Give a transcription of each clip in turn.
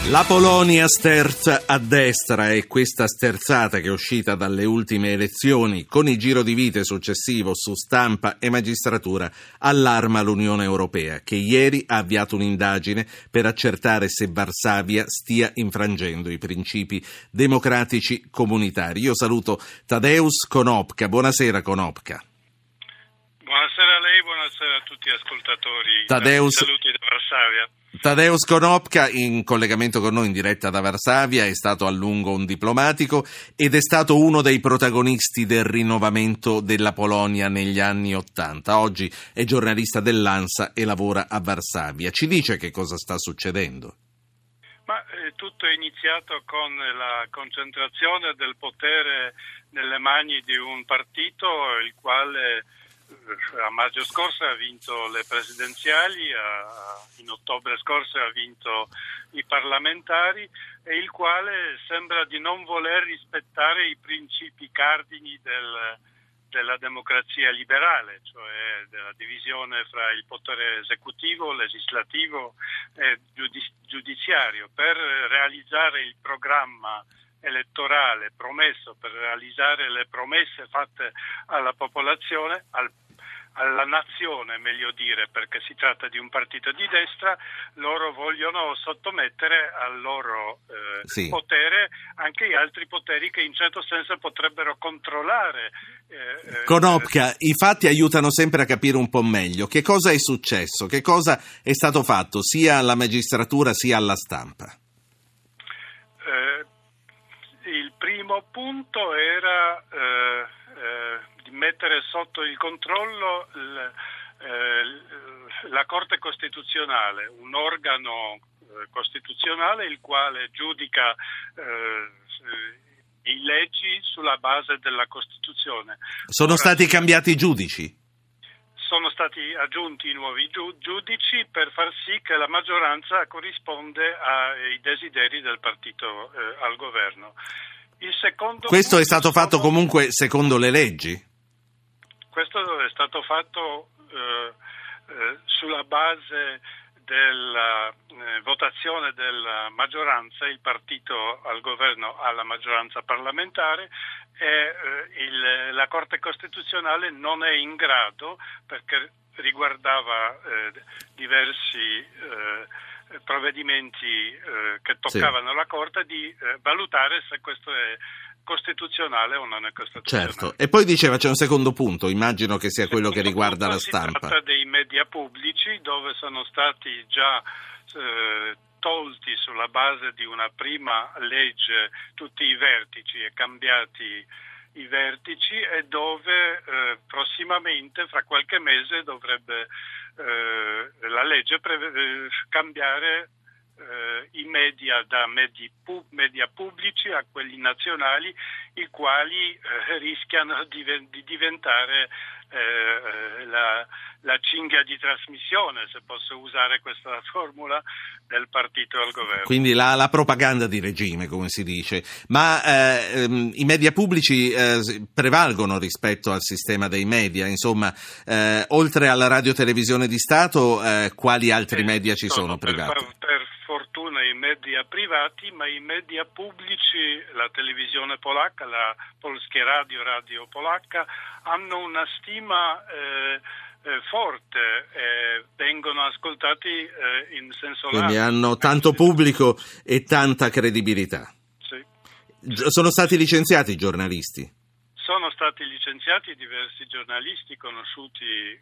La Polonia sterza a destra e questa sterzata che è uscita dalle ultime elezioni con il giro di vite successivo su stampa e magistratura allarma l'Unione Europea, che ieri ha avviato un'indagine per accertare se Varsavia stia infrangendo i principi democratici comunitari. Io saluto Tadeusz Konopka. Buonasera Konopka. Buonasera a lei, buonasera a tutti gli ascoltatori. Saluti da Varsavia. Tadeusz Konopka, in collegamento con noi in diretta da Varsavia, è stato a lungo un diplomatico ed è stato uno dei protagonisti del rinnovamento della Polonia negli anni '80. Oggi è giornalista dell'ANSA e lavora a Varsavia. Ci dice che cosa sta succedendo? Tutto è iniziato con la concentrazione del potere nelle mani di un partito il quale a maggio scorso ha vinto le presidenziali, in ottobre scorso ha vinto i parlamentari e il quale sembra di non voler rispettare i principi cardini della democrazia liberale, cioè della divisione fra il potere esecutivo, legislativo e giudiziario. Per realizzare il programma elettorale promesso, per realizzare le promesse fatte alla popolazione, alla nazione meglio dire, perché si tratta di un partito di destra, loro vogliono sottomettere al loro potere anche gli altri poteri che in certo senso potrebbero controllare. Konopka, i fatti aiutano sempre a capire un po' meglio. Che cosa è successo? Che cosa è stato fatto sia alla magistratura sia alla stampa? Il primo punto era di mettere sotto il controllo la Corte Costituzionale, un organo costituzionale il quale giudica le leggi sulla base della Costituzione. Sono stati cambiati i giudici? Sono stati aggiunti nuovi giudici per far sì che la maggioranza corrisponde ai desideri del partito al governo. Questo è stato fatto comunque secondo le leggi? Questo è stato fatto sulla base della votazione della maggioranza, il partito al governo ha la maggioranza parlamentare e la Corte Costituzionale non è in grado, perché riguardava diversi provvedimenti che toccavano la Corte, di valutare se questo è costituzionale o non è costituzionale. Certo, e poi diceva c'è un secondo punto, immagino che sia quello che riguarda la stampa. Si tratta dei media pubblici, dove sono stati già tolti sulla base di una prima legge tutti i vertici e cambiati i vertici, e dove prossimamente, fra qualche mese, dovrebbe la legge cambiare i media da media pubblici a quelli nazionali, i quali rischiano di diventare la cinghia di trasmissione, se posso usare questa formula, del partito al governo. Quindi la propaganda di regime, come si dice. Ma i media pubblici prevalgono rispetto al sistema dei media, insomma, oltre alla radiotelevisione di Stato, quali altri media ci sono privati? Per fortuna i media privati, ma i media pubblici, la televisione polacca, la Polskie Radio polacca, hanno una stima forte, vengono ascoltati in senso largo. Quindi hanno tanto pubblico e tanta credibilità. Sì. Sono stati licenziati i giornalisti? Sono stati licenziati diversi giornalisti conosciuti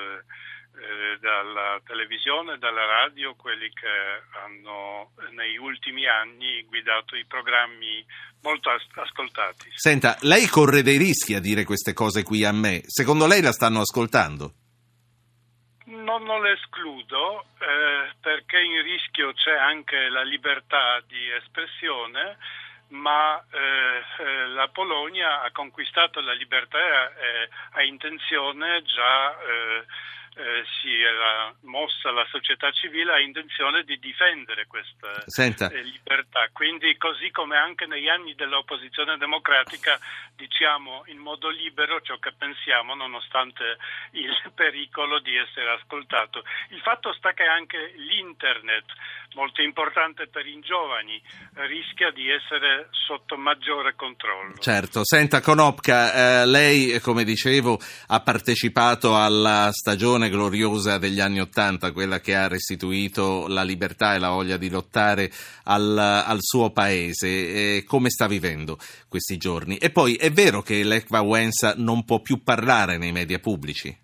dalla televisione, dalla radio, quelli che hanno negli ultimi anni guidato i programmi molto ascoltati. Senta, lei corre dei rischi a dire queste cose qui a me. Secondo lei la stanno ascoltando? Non lo escludo, perché in rischio c'è anche la libertà di espressione, ma la Polonia ha conquistato la libertà e ha intenzione già si era mossa la società civile, ha intenzione di difendere questa libertà. Quindi, così come anche negli anni dell'opposizione democratica, diciamo in modo libero ciò che pensiamo, nonostante il pericolo di essere ascoltato. Il fatto sta che anche l'internet, molto importante per i giovani, rischia di essere sotto maggiore controllo. Certo. Senta, Konopka, lei, come dicevo, ha partecipato alla stagione gloriosa degli anni '80, quella che ha restituito la libertà e la voglia di lottare al suo paese. Come sta vivendo questi giorni? E poi è vero che Lech Wałęsa non può più parlare nei media pubblici?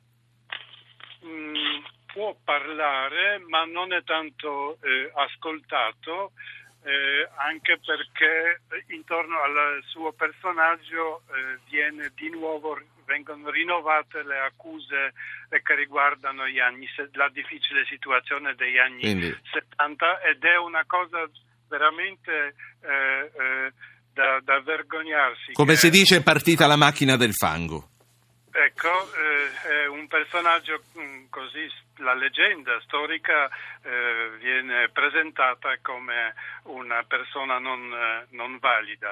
Può parlare, ma non è tanto ascoltato, anche perché intorno al suo personaggio vengono rinnovate le accuse che riguardano la difficile situazione degli anni 70, ed è una cosa veramente da vergognarsi. Come si dice, è partita la macchina del fango. Ecco, è un personaggio così, la leggenda storica viene presentata come una persona non valida.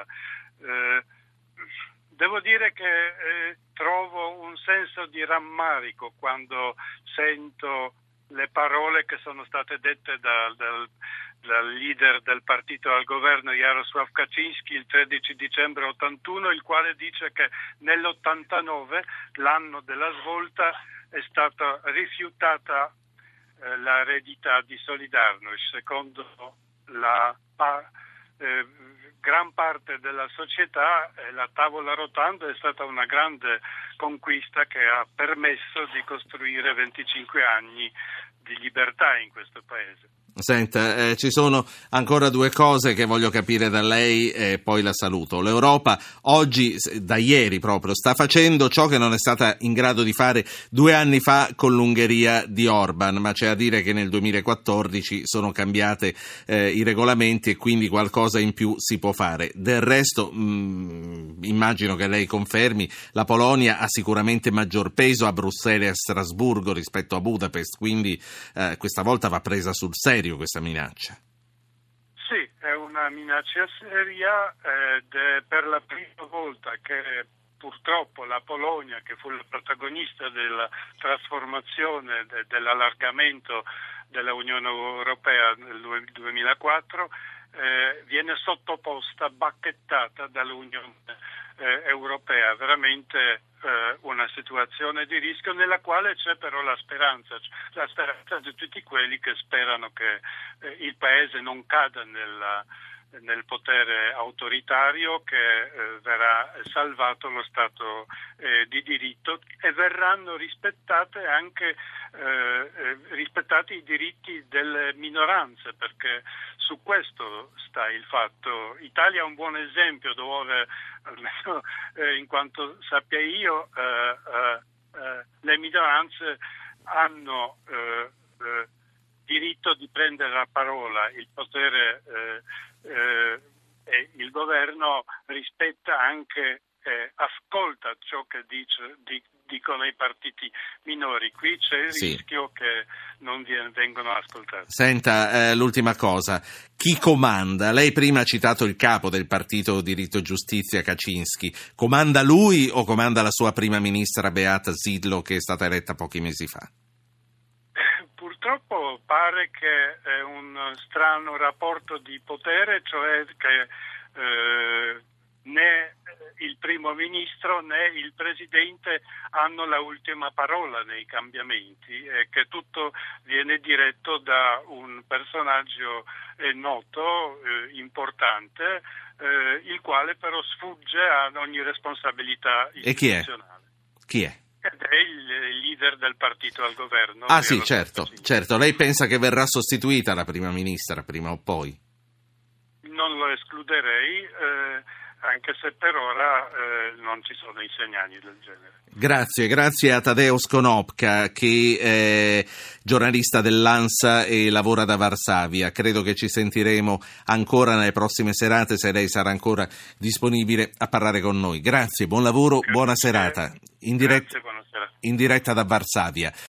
Devo dire che trovo un senso di rammarico quando sento le parole che sono state dette dal leader del partito al governo, Jarosław Kaczyński, il 13 dicembre 81, il quale dice che nell'89, l'anno della svolta, è stata rifiutata l'eredità di Solidarność. Secondo la gran parte della società, la tavola rotonda è stata una grande conquista che ha permesso di costruire 25 anni di libertà in questo paese. Senta, ci sono ancora due cose che voglio capire da lei e poi la saluto. L'Europa oggi, da ieri proprio, sta facendo ciò che non è stata in grado di fare 2 anni fa con l'Ungheria di Orban, ma c'è a dire che nel 2014 sono cambiate i regolamenti e quindi qualcosa in più si può fare. Del resto, immagino che lei confermi, la Polonia ha sicuramente maggior peso a Bruxelles e a Strasburgo rispetto a Budapest, quindi questa volta va presa sul serio questa minaccia. Sì, è una minaccia seria ed è per la prima volta che purtroppo la Polonia, che fu la protagonista della trasformazione dell'allargamento della Unione Europea nel 2004, viene sottoposta, bacchettata dall'Unione Europea. Veramente una situazione di rischio nella quale c'è però la speranza di tutti quelli che sperano che il paese non cada nel potere autoritario, che verrà salvato lo Stato di diritto e verranno rispettati i diritti delle minoranze, perché su questo sta il fatto. Italia è un buon esempio dove, almeno in quanto sappia io, le minoranze hanno diritto di prendere la parola, il potere e il governo rispetta anche, ascolta ciò che dicono i partiti minori. Qui c'è il rischio che non vengono ascoltati. Senta, l'ultima cosa, chi comanda? Lei prima ha citato il capo del partito Diritto e Giustizia, Kaczynski. Comanda lui o comanda la sua prima ministra Beata Szydło, che è stata eletta pochi mesi fa? Purtroppo pare che è un strano rapporto di potere, cioè che né il primo ministro né il presidente hanno la ultima parola nei cambiamenti e che tutto viene diretto da un personaggio noto, importante, il quale però sfugge ad ogni responsabilità istituzionale. Chi è? Ed è il leader del partito al governo. Ah sì, certo. Lei pensa che verrà sostituita la prima ministra prima o poi? Non lo escluderei, anche se per ora non ci sono i segnali del genere. Grazie a Tadeusz Konopka, che è giornalista dell'ANSA e lavora da Varsavia. Credo che ci sentiremo ancora nelle prossime serate, se lei sarà ancora disponibile a parlare con noi. Grazie, buon lavoro, buona serata. In diretta da Varsavia.